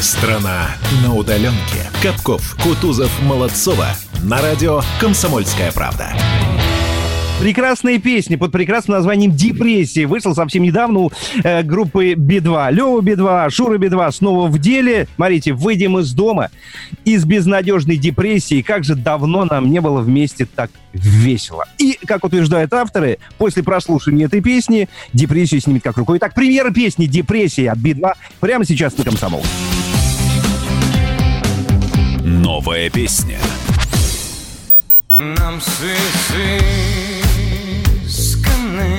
Страна на удаленке. Капков, Кутузов, Молодцова. На радио «Комсомольская правда». Прекрасные песни под прекрасным названием «Депрессия». Вышел совсем недавно у группы Би-2. Лёва Би-2, Шура Би-2 снова в деле. Смотрите, выйдем из дома, из безнадежной депрессии. Как же давно нам не было вместе так весело. И, как утверждают авторы, после прослушивания этой песни депрессию снимет как рукой. Итак, премьера песни «Депрессия» от Би-2 прямо сейчас на «Комсомол». Новая песня. Нам сысканы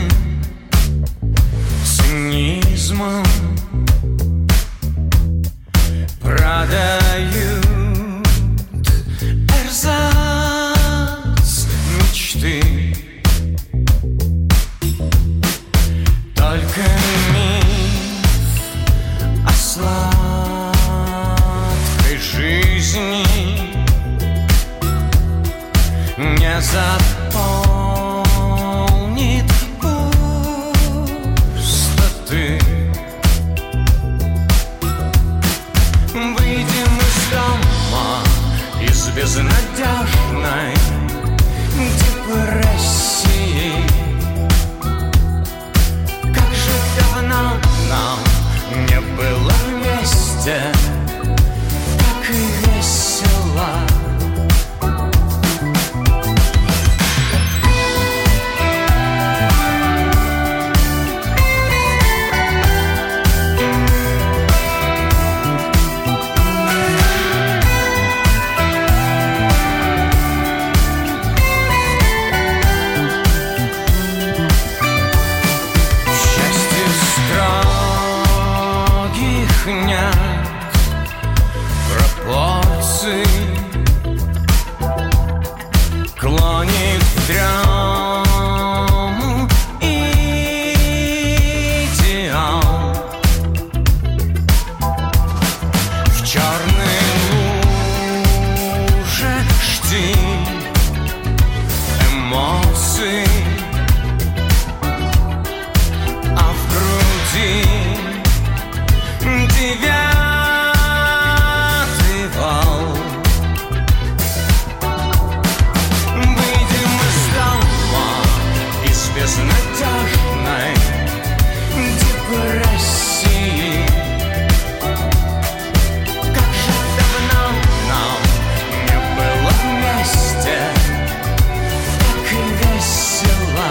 цинизмом, продают эрзац мечты. Только миф о сладкой жизни не заполнит пустоты. Выйдем из дома, из безнадежной депрессии. Как же давно нам не было вместе, так и весело. Клонит в дрему идеал. В черной луже жди эмоций, а в груди девятый вал. Безнадежной депрессии. Как же давно нам не было вместе, так и весело.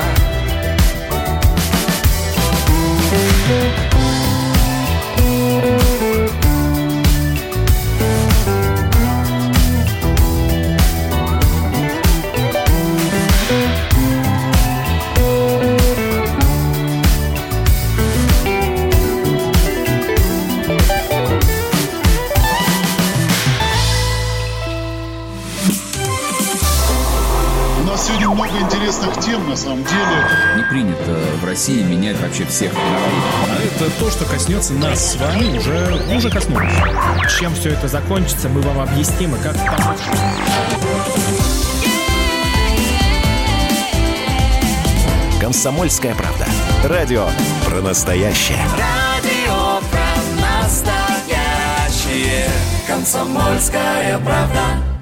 Сегодня много интересных тем, на самом деле. Не принято в России менять вообще всех людей. А это то, что коснется нас с вами, уже коснулось. Чем все это закончится, мы вам объясним и как помочь. «Комсомольская правда». Радио про настоящее. Радио про настоящее. Комсомольская правда.